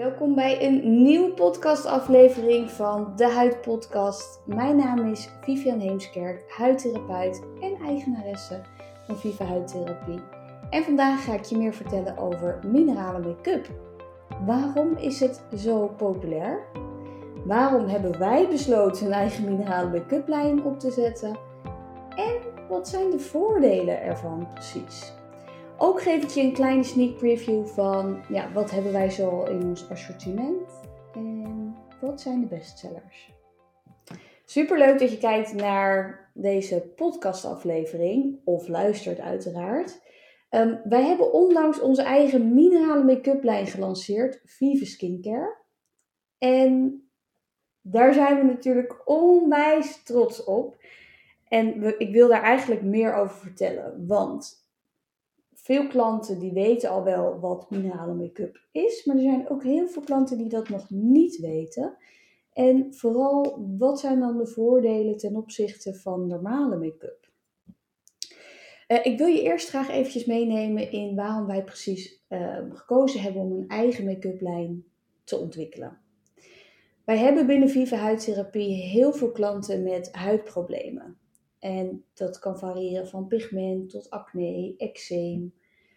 Welkom bij een nieuwe podcastaflevering van De Huid Podcast. Mijn naam is Vivian Heemskerk, huidtherapeut en eigenaresse van Viva Huidtherapie. En vandaag ga ik je meer vertellen over minerale make-up. Waarom is het zo populair? Waarom hebben wij besloten een eigen minerale make-up lijn op te zetten? En wat zijn de voordelen ervan precies? Ook geef ik je een kleine sneak preview van wat hebben wij zo in ons assortiment en wat zijn de bestsellers. Superleuk dat je kijkt naar deze podcastaflevering of luistert uiteraard. Wij hebben onlangs onze eigen minerale make-up lijn gelanceerd, Vive Skincare. En daar zijn we natuurlijk onwijs trots op. En ik wil daar eigenlijk meer over vertellen, want veel klanten die weten al wel wat minerale make-up is, maar er zijn ook heel veel klanten die dat nog niet weten. En vooral, wat zijn dan de voordelen ten opzichte van normale make-up? Ik wil je eerst graag eventjes meenemen in waarom wij precies gekozen hebben om een eigen make-up lijn te ontwikkelen. Wij hebben binnen Viva Huidtherapie heel veel klanten met huidproblemen. En dat kan variëren van pigment tot acne, eczeem,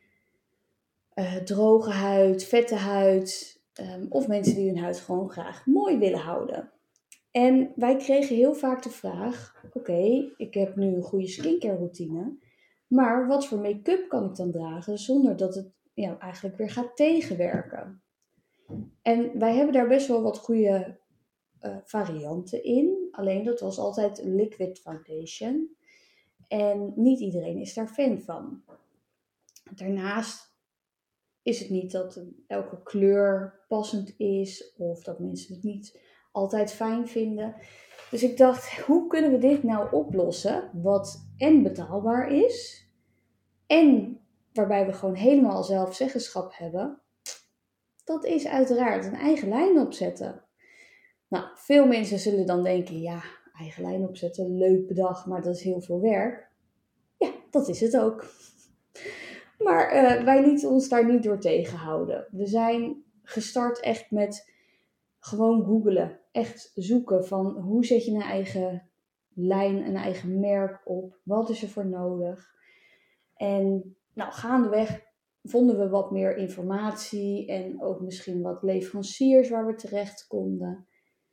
droge huid, vette huid of mensen die hun huid gewoon graag mooi willen houden. En wij kregen heel vaak de vraag, oké, ik heb nu een goede skincare routine, maar wat voor make-up kan ik dan dragen zonder dat het eigenlijk weer gaat tegenwerken? En wij hebben daar best wel wat goede varianten in, alleen dat was altijd liquid foundation en niet iedereen is daar fan van. Daarnaast is het niet dat elke kleur passend is of dat mensen het niet altijd fijn vinden. Dus ik dacht, hoe kunnen we dit nou oplossen wat en betaalbaar is en waarbij we gewoon helemaal zelf zeggenschap hebben? Dat is uiteraard een eigen lijn opzetten. Nou, veel mensen zullen dan denken, eigen lijn opzetten, leuk bedacht, maar dat is heel veel werk. Ja, dat is het ook. Maar wij lieten ons daar niet door tegenhouden. We zijn gestart echt met gewoon googlen. Echt zoeken van hoe zet je een eigen lijn, een eigen merk op. Wat is er voor nodig? En gaandeweg vonden we wat meer informatie en ook misschien wat leveranciers waar we terecht konden.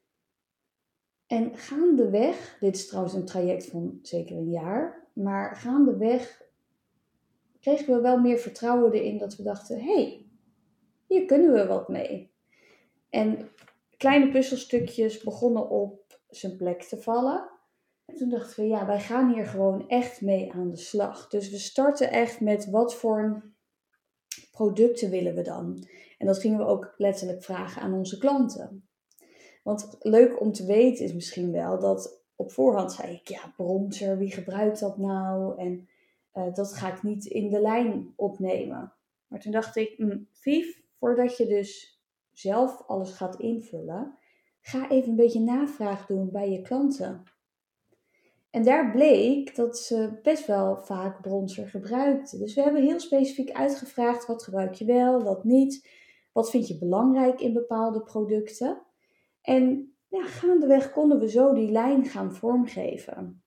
En gaandeweg, dit is trouwens een traject van zeker een jaar, maar gaandeweg kregen we wel meer vertrouwen erin dat we dachten, hier kunnen we wat mee. En kleine puzzelstukjes begonnen op zijn plek te vallen. En toen dachten we, wij gaan hier gewoon echt mee aan de slag. Dus we starten echt met wat voor producten willen we dan? En dat gingen we ook letterlijk vragen aan onze klanten. Want leuk om te weten is misschien wel dat op voorhand zei ik, bronzer, wie gebruikt dat nou? En dat ga ik niet in de lijn opnemen. Maar toen dacht ik, Vief, voordat je dus zelf alles gaat invullen, ga even een beetje navraag doen bij je klanten. En daar bleek dat ze best wel vaak bronzer gebruikten. Dus we hebben heel specifiek uitgevraagd, wat gebruik je wel, wat niet? Wat vind je belangrijk in bepaalde producten? En gaandeweg konden we zo die lijn gaan vormgeven.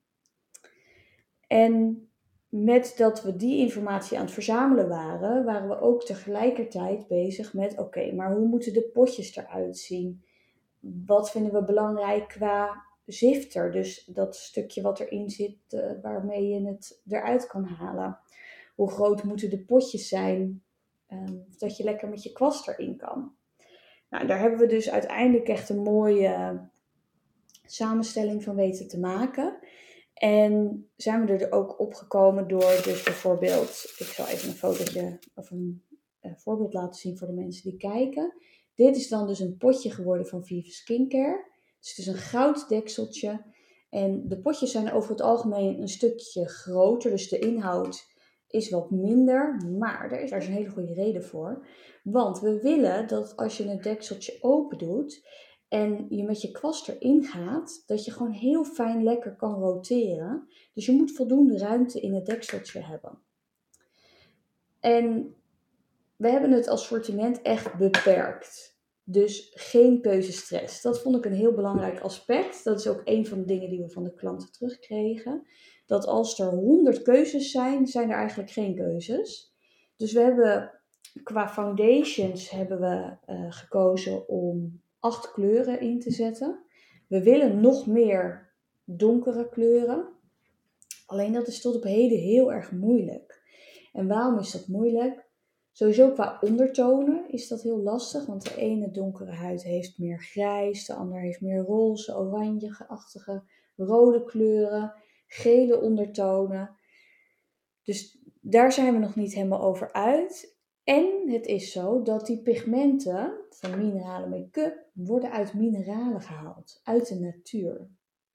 En met dat we die informatie aan het verzamelen waren we ook tegelijkertijd bezig met, maar hoe moeten de potjes eruit zien? Wat vinden we belangrijk qua zifter? Dus dat stukje wat erin zit waarmee je het eruit kan halen. Hoe groot moeten de potjes zijn? Dat je lekker met je kwast erin kan. Nou, daar hebben we dus uiteindelijk echt een mooie samenstelling van weten te maken. En zijn we er ook opgekomen door dus bijvoorbeeld, ik zal even een fotootje of een voorbeeld laten zien voor de mensen die kijken. Dit is dan dus een potje geworden van Vive Skincare. Dus het is een goud dekseltje. En de potjes zijn over het algemeen een stukje groter, dus de inhoud is wat minder. Maar daar is een hele goede reden voor. Want we willen dat als je het dekseltje open doet en je met je kwast erin gaat, dat je gewoon heel fijn lekker kan roteren. Dus je moet voldoende ruimte in het dekseltje hebben. En we hebben het assortiment echt beperkt. Dus geen keuzestress. Dat vond ik een heel belangrijk aspect. Dat is ook een van de dingen die we van de klanten terugkregen. Dat als er 100 keuzes zijn, zijn er eigenlijk geen keuzes. Dus we hebben qua foundations hebben we gekozen om 8 kleuren in te zetten. We willen nog meer donkere kleuren. Alleen dat is tot op heden heel erg moeilijk. En waarom is dat moeilijk? Sowieso qua ondertonen is dat heel lastig, want de ene donkere huid heeft meer grijs, de ander heeft meer roze, oranje-achtige, rode kleuren, gele ondertonen. Dus daar zijn we nog niet helemaal over uit. En het is zo dat die pigmenten van minerale make-up worden uit mineralen gehaald, uit de natuur.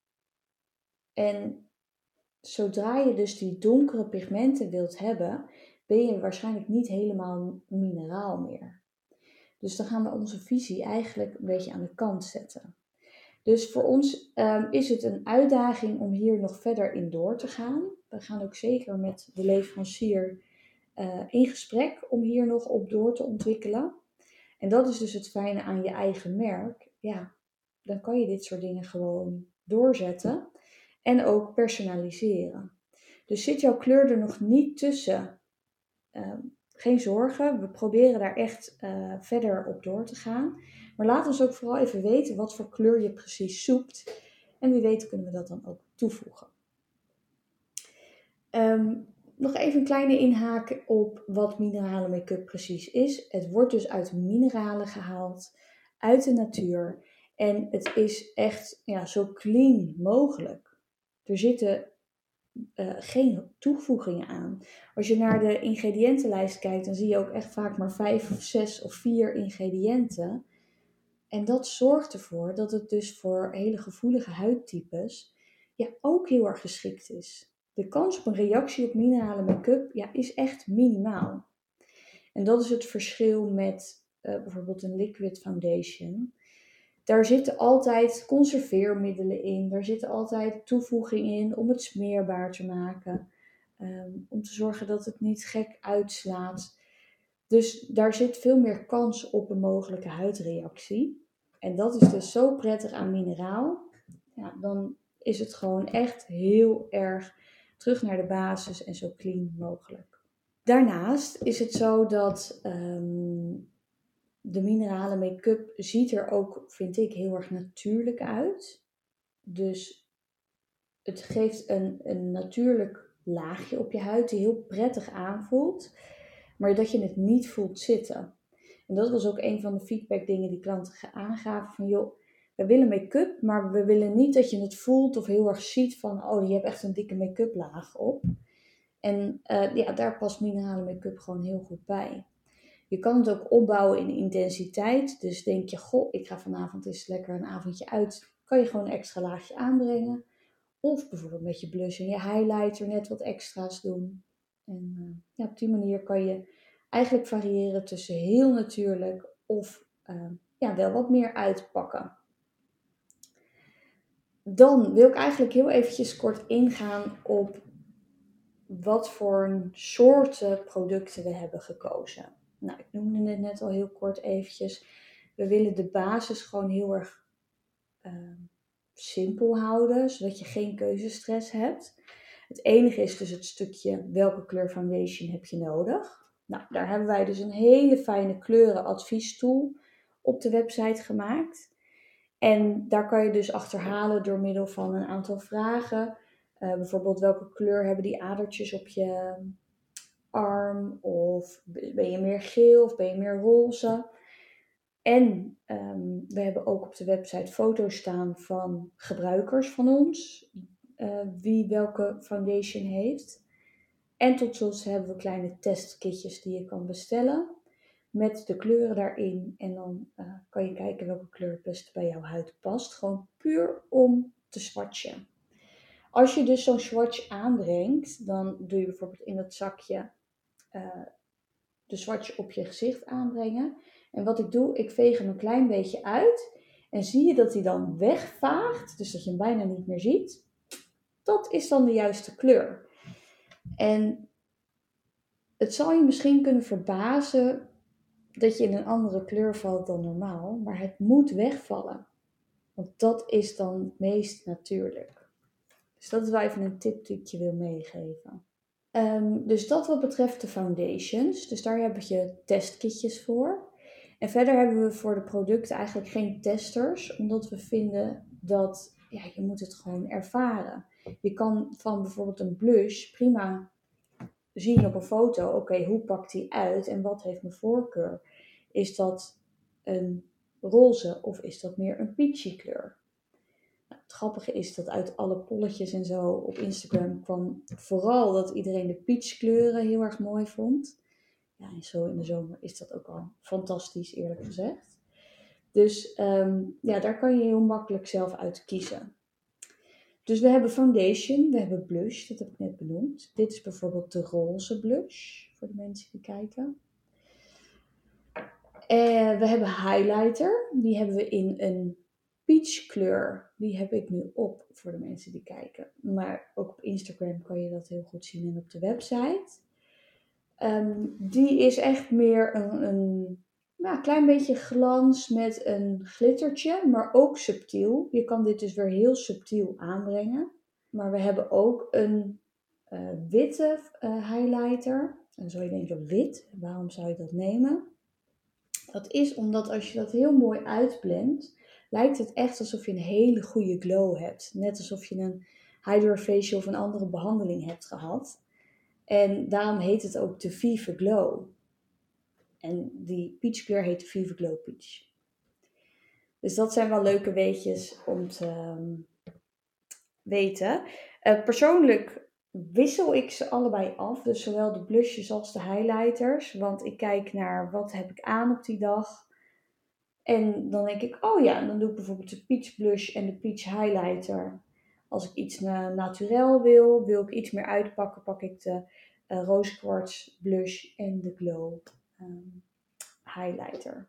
En zodra je dus die donkere pigmenten wilt hebben, ben je waarschijnlijk niet helemaal mineraal meer. Dus dan gaan we onze visie eigenlijk een beetje aan de kant zetten. Dus voor ons is het een uitdaging om hier nog verder in door te gaan. We gaan ook zeker met de leverancier in gesprek om hier nog op door te ontwikkelen. En dat is dus het fijne aan je eigen merk. Ja, dan kan je dit soort dingen gewoon doorzetten en ook personaliseren. Dus zit jouw kleur er nog niet tussen, geen zorgen. We proberen daar echt verder op door te gaan. Maar laat ons ook vooral even weten wat voor kleur je precies zoekt. En wie weet kunnen we dat dan ook toevoegen. Nog even een kleine inhaak op wat minerale make-up precies is. Het wordt dus uit mineralen gehaald, uit de natuur. En het is echt zo clean mogelijk. Er zitten geen toevoegingen aan. Als je naar de ingrediëntenlijst kijkt, dan zie je ook echt vaak maar 5 of 6 of 4 ingrediënten. En dat zorgt ervoor dat het dus voor hele gevoelige huidtypes ook heel erg geschikt is. De kans op een reactie op minerale make-up is echt minimaal. En dat is het verschil met bijvoorbeeld een liquid foundation. Daar zitten altijd conserveermiddelen in. Daar zitten altijd toevoegingen in om het smeerbaar te maken. Om te zorgen dat het niet gek uitslaat. Dus daar zit veel meer kans op een mogelijke huidreactie. En dat is dus zo prettig aan mineraal. Ja, dan is het gewoon echt heel erg terug naar de basis en zo clean mogelijk. Daarnaast is het zo dat de minerale make-up ziet er ook, vind ik, heel erg natuurlijk uit. Dus het geeft een natuurlijk laagje op je huid die heel prettig aanvoelt, maar dat je het niet voelt zitten. En dat was ook een van de feedback dingen die klanten aangaven van joh, we willen make-up, maar we willen niet dat je het voelt of heel erg ziet van oh, je hebt echt een dikke make-up laag op. En daar past minerale make-up gewoon heel goed bij. Je kan het ook opbouwen in intensiteit. Dus denk je, goh, ik ga vanavond eens lekker een avondje uit. Kan je gewoon een extra laagje aanbrengen. Of bijvoorbeeld met je blush en je highlighter net wat extra's doen. En op die manier kan je eigenlijk variëren tussen heel natuurlijk of wel wat meer uitpakken. Dan wil ik eigenlijk heel eventjes kort ingaan op wat voor soorten producten we hebben gekozen. Nou, ik noemde het net al heel kort eventjes. We willen de basis gewoon heel erg simpel houden, zodat je geen keuzestress hebt. Het enige is dus het stukje welke kleur foundation heb je nodig. Nou, daar hebben wij dus een hele fijne kleurenadviestool op de website gemaakt. En daar kan je dus achterhalen door middel van een aantal vragen. Bijvoorbeeld welke kleur hebben die adertjes op je arm? Of ben je meer geel of ben je meer roze? En we hebben ook op de website foto's staan van gebruikers van ons. Wie welke foundation heeft. En tot slot hebben we kleine testkitjes die je kan bestellen. Met de kleuren daarin. En dan kan je kijken welke kleur het beste bij jouw huid past. Gewoon puur om te swatchen. Als je dus zo'n swatch aanbrengt, dan doe je bijvoorbeeld in dat zakje de swatch op je gezicht aanbrengen. En wat ik doe, ik veeg hem een klein beetje uit. En zie je dat hij dan wegvaagt, dus dat je hem bijna niet meer ziet. Dat is dan de juiste kleur. En het zal je misschien kunnen verbazen dat je in een andere kleur valt dan normaal, maar het moet wegvallen. Want dat is dan het meest natuurlijk. Dus dat is wel even een tip die ik je wil meegeven. Dus dat wat betreft de foundations. Dus daar heb je testkitjes voor. En verder hebben we voor de producten eigenlijk geen testers. Omdat we vinden dat je moet het gewoon ervaren. Je kan van bijvoorbeeld een blush prima zien op een foto. Oké, hoe pakt die uit en wat heeft mijn voorkeur? Is dat een roze of is dat meer een peachy kleur? Het grappige is dat uit alle polletjes en zo op Instagram kwam vooral dat iedereen de peachkleuren heel erg mooi vond. Ja, en zo in de zomer is dat ook al fantastisch, eerlijk gezegd. Dus daar kan je heel makkelijk zelf uit kiezen. Dus we hebben foundation, we hebben blush, dat heb ik net benoemd. Dit is bijvoorbeeld de roze blush, voor de mensen die kijken. We hebben highlighter, die hebben we in een peach kleur. Die heb ik nu op voor de mensen die kijken. Maar ook op Instagram kan je dat heel goed zien en op de website. Die is echt meer een klein beetje glans met een glittertje, maar ook subtiel. Je kan dit dus weer heel subtiel aanbrengen. Maar we hebben ook een witte highlighter. En dan zou je denken, wit, waarom zou je dat nemen? Dat is omdat als je dat heel mooi uitblendt, lijkt het echt alsof je een hele goede glow hebt. Net alsof je een hydrofacial of een andere behandeling hebt gehad. En daarom heet het ook de Vive Glow. En die peachkleur heet de Vive Glow Peach. Dus dat zijn wel leuke weetjes om te weten. Persoonlijk wissel ik ze allebei af. Dus zowel de blushes als de highlighters. Want ik kijk naar wat heb ik aan op die dag. En dan denk ik, dan doe ik bijvoorbeeld de peach blush en de peach highlighter. Als ik iets naturel wil ik iets meer uitpakken, pak ik de rose quartz blush en de glow highlighter.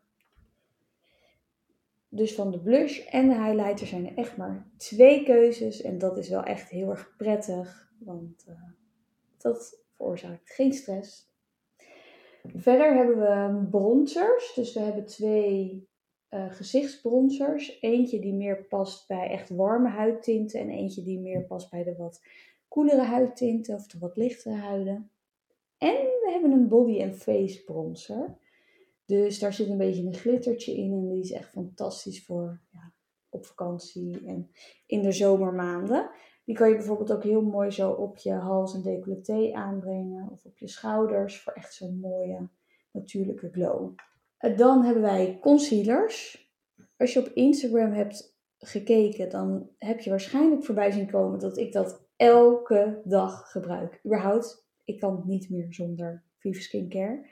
Dus van de blush en de highlighter zijn er echt maar 2 keuzes. En dat is wel echt heel erg prettig, want dat veroorzaakt geen stress. Verder hebben we bronzers. Dus we hebben 2 gezichtsbronzers. Eentje die meer past bij echt warme huidtinten. En eentje die meer past bij de wat koelere huidtinten of de wat lichtere huiden. En we hebben een body and face bronzer. Dus daar zit een beetje een glittertje in. En die is echt fantastisch voor op vakantie en in de zomermaanden. Die kan je bijvoorbeeld ook heel mooi zo op je hals en decolleté aanbrengen. Of op je schouders voor echt zo'n mooie natuurlijke glow. Dan hebben wij concealers. Als je op Instagram hebt gekeken, dan heb je waarschijnlijk voorbij zien komen dat ik dat elke dag gebruik. Überhaupt, ik kan het niet meer zonder Vive Skincare.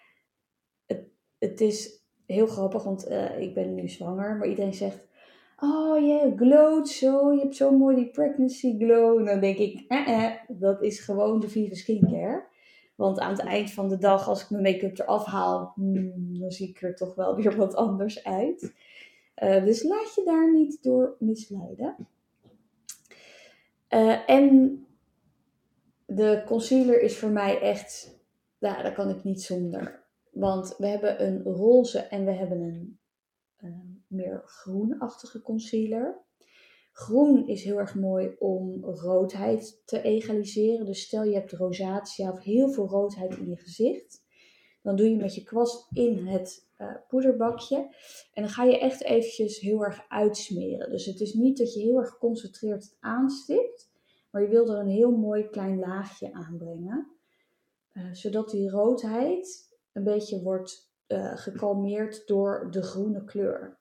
Het is heel grappig, want ik ben nu zwanger, maar iedereen zegt, oh je glowt zo, je hebt zo mooi die pregnancy glow. En dan denk ik, dat is gewoon de Vive Skincare. Want aan het eind van de dag, als ik mijn make-up eraf haal, dan zie ik er toch wel weer wat anders uit. Dus laat je daar niet door misleiden. En de concealer is voor mij echt, daar kan ik niet zonder. Want we hebben een roze en we hebben een meer groenachtige concealer. Groen is heel erg mooi om roodheid te egaliseren. Dus stel je hebt rosacea of heel veel roodheid in je gezicht. Dan doe je met je kwast in het poederbakje. En dan ga je echt eventjes heel erg uitsmeren. Dus het is niet dat je heel erg geconcentreerd het aanstipt. Maar je wil er een heel mooi klein laagje aanbrengen. Zodat die roodheid een beetje wordt gekalmeerd door de groene kleur.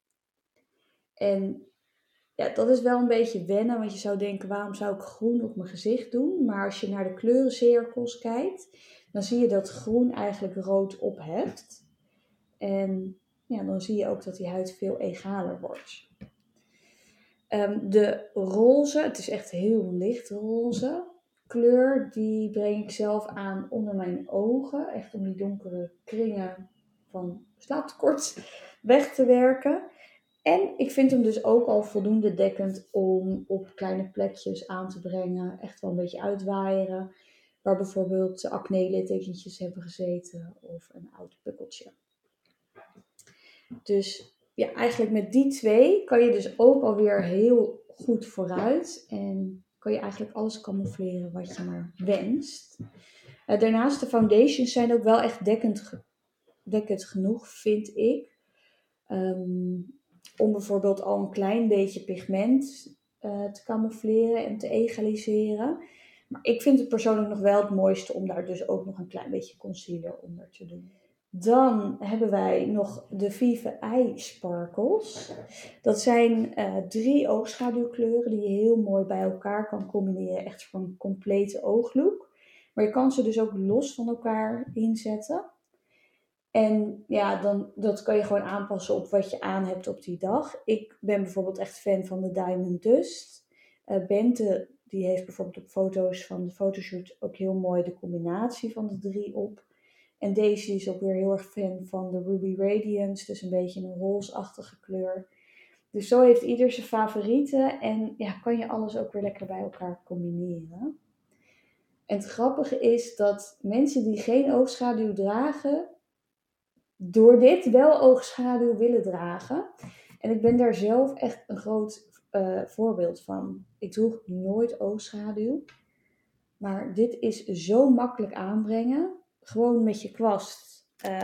En dat is wel een beetje wennen, want je zou denken, waarom zou ik groen op mijn gezicht doen? Maar als je naar de kleurencirkels kijkt, dan zie je dat groen eigenlijk rood opheft. En dan zie je ook dat die huid veel egaler wordt. De roze, het is echt heel licht roze kleur, die breng ik zelf aan onder mijn ogen. Echt om die donkere kringen van slaaptekort weg te werken. En ik vind hem dus ook al voldoende dekkend om op kleine plekjes aan te brengen. Echt wel een beetje uitwaaieren. Waar bijvoorbeeld acne littekentjes hebben gezeten of een oud pukkeltje. Dus ja, eigenlijk met die 2 kan je dus ook alweer heel goed vooruit. En kan je eigenlijk alles camoufleren wat je maar wenst. Daarnaast de foundations zijn ook wel echt dekkend genoeg, vind ik. Om bijvoorbeeld al een klein beetje pigment te camoufleren en te egaliseren. Maar ik vind het persoonlijk nog wel het mooiste om daar dus ook nog een klein beetje concealer onder te doen. Dan hebben wij nog de Vive Eye Sparkles. Dat zijn 3 oogschaduwkleuren die je heel mooi bij elkaar kan combineren. Echt voor een complete ooglook. Maar je kan ze dus ook los van elkaar inzetten. En ja, dat kan je gewoon aanpassen op wat je aan hebt op die dag. Ik ben bijvoorbeeld echt fan van de Diamond Dust. Bente, die heeft bijvoorbeeld op foto's van de fotoshoot ook heel mooi de combinatie van de 3 op. En Daisy is ook weer heel erg fan van de Ruby Radiance, dus een beetje een roze-achtige kleur. Dus zo heeft ieder zijn favorieten en ja, kan je alles ook weer lekker bij elkaar combineren. En het grappige is dat mensen die geen oogschaduw dragen, door dit wel oogschaduw willen dragen. En ik ben daar zelf echt een groot voorbeeld van. Ik droeg nooit oogschaduw. Maar dit is zo makkelijk aanbrengen. Gewoon met je kwast.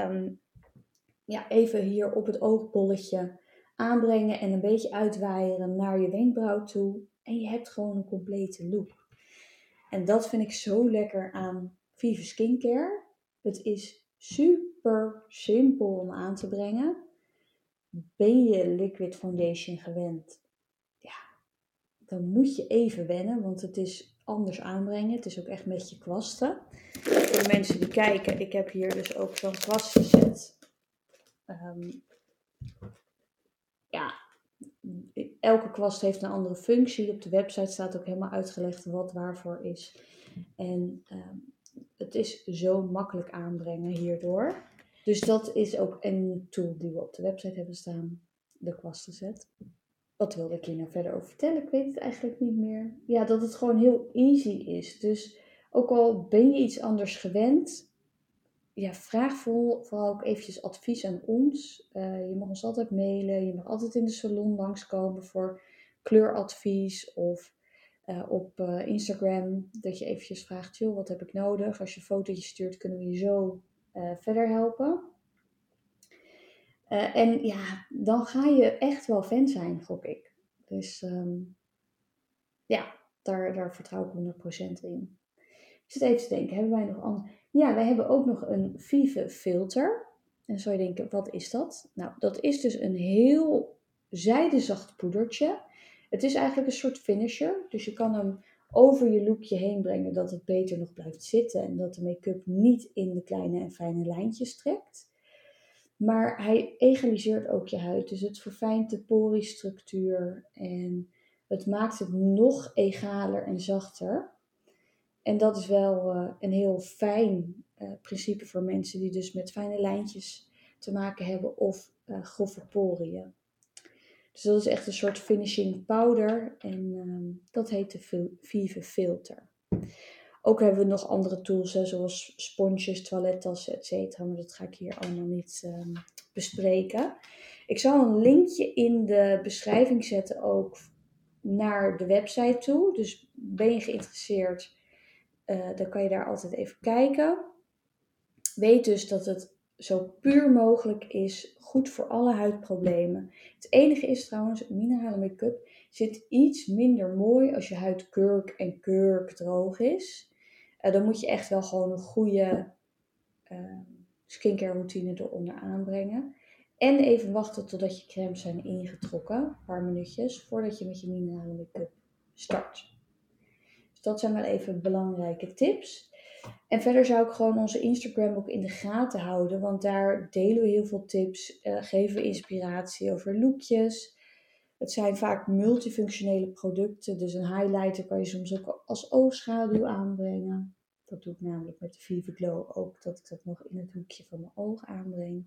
Even hier op het oogbolletje aanbrengen en een beetje uitwaaieren naar je wenkbrauw toe. En je hebt gewoon een complete look. En dat vind ik zo lekker aan Vive Skincare. Het is super simpel om aan te brengen. Ben je liquid foundation gewend? Ja, dan moet je even wennen, want het is anders aanbrengen. Het is ook echt met je kwasten. Voor de mensen die kijken, ik heb hier dus ook zo'n kwastenset. Elke kwast heeft een andere functie. Op de website staat ook helemaal uitgelegd wat waarvoor is. En het is zo makkelijk aanbrengen hierdoor. Dus dat is ook een tool die we op de website hebben staan. De kwastenset. Wat wilde ik hier nou verder over vertellen? Ik weet het eigenlijk niet meer. Ja, dat het gewoon heel easy is. Dus ook al ben je iets anders gewend, ja, vraag vooral ook eventjes advies aan ons. Je mag ons altijd mailen. Je mag altijd in de salon langskomen voor kleuradvies. Of op Instagram dat je eventjes vraagt, joh, wat heb ik nodig? Als je een fotootje stuurt, kunnen we je zo verder helpen. En ja, dan ga je echt wel fan zijn, gok ik. Dus daar vertrouw ik 100% in. Ik zit even te denken, hebben wij nog andere? Ja, wij hebben ook nog een Vive filter. En dan zou je denken, wat is dat? Nou, dat is dus een heel zijdezacht poedertje. Het is eigenlijk een soort finisher. Dus je kan hem over je lookje heen brengen, dat het beter nog blijft zitten. En dat de make-up niet in de kleine en fijne lijntjes trekt. Maar hij egaliseert ook je huid. Dus het verfijnt de poriestructuur. En het maakt het nog egaler en zachter. En dat is wel een heel fijn principe voor mensen die dus met fijne lijntjes te maken hebben of grove poriën. Dus dat is echt een soort finishing powder en dat heet de Vive Filter. Ook hebben we nog andere tools, zoals sponsjes, toilettassen, etc. Maar dat ga ik hier allemaal niet bespreken. Ik zal een linkje in de beschrijving zetten ook naar de website toe. Dus ben je geïnteresseerd, dan kan je daar altijd even kijken. Weet dus dat het zo puur mogelijk is, goed voor alle huidproblemen. Het enige is trouwens, minerale make-up zit iets minder mooi als je huid kurkdroog is. Dan moet je echt wel gewoon een goede skincare routine eronder aanbrengen. En even wachten totdat je crèmes zijn ingetrokken, een paar minuutjes, voordat je met je minerale make-up start. Dus dat zijn wel even belangrijke tips. En verder zou ik gewoon onze Instagram ook in de gaten houden, want daar delen we heel veel tips, geven we inspiratie over lookjes. Het zijn vaak multifunctionele producten, dus een highlighter kan je soms ook als oogschaduw aanbrengen. Dat doe ik namelijk met de Vive Glow ook, dat ik dat nog in het hoekje van mijn oog aanbreng.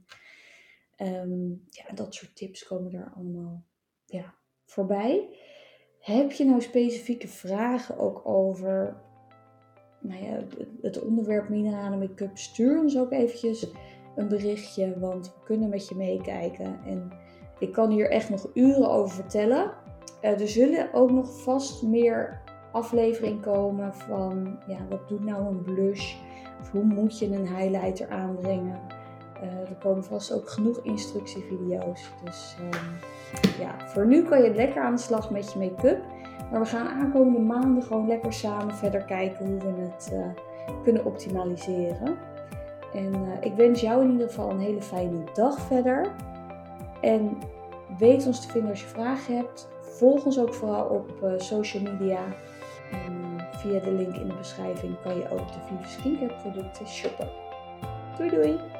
Dat soort tips komen daar allemaal voorbij. Heb je nou specifieke vragen ook over het onderwerp minerale make-up? Stuur ons ook eventjes een berichtje, want we kunnen met je meekijken. En ik kan hier echt nog uren over vertellen. Er zullen ook nog vast meer afleveringen komen van wat doet nou een blush? Of hoe moet je een highlighter aanbrengen? Er komen vast ook genoeg instructievideo's. Dus voor nu kan je lekker aan de slag met je make-up. Maar we gaan aankomende maanden gewoon lekker samen verder kijken hoe we het kunnen optimaliseren. En ik wens jou in ieder geval een hele fijne dag verder. En weet ons te vinden als je vragen hebt. Volg ons ook vooral op social media. En via de link in de beschrijving kan je ook de Vive Skincare producten shoppen. Doei doei!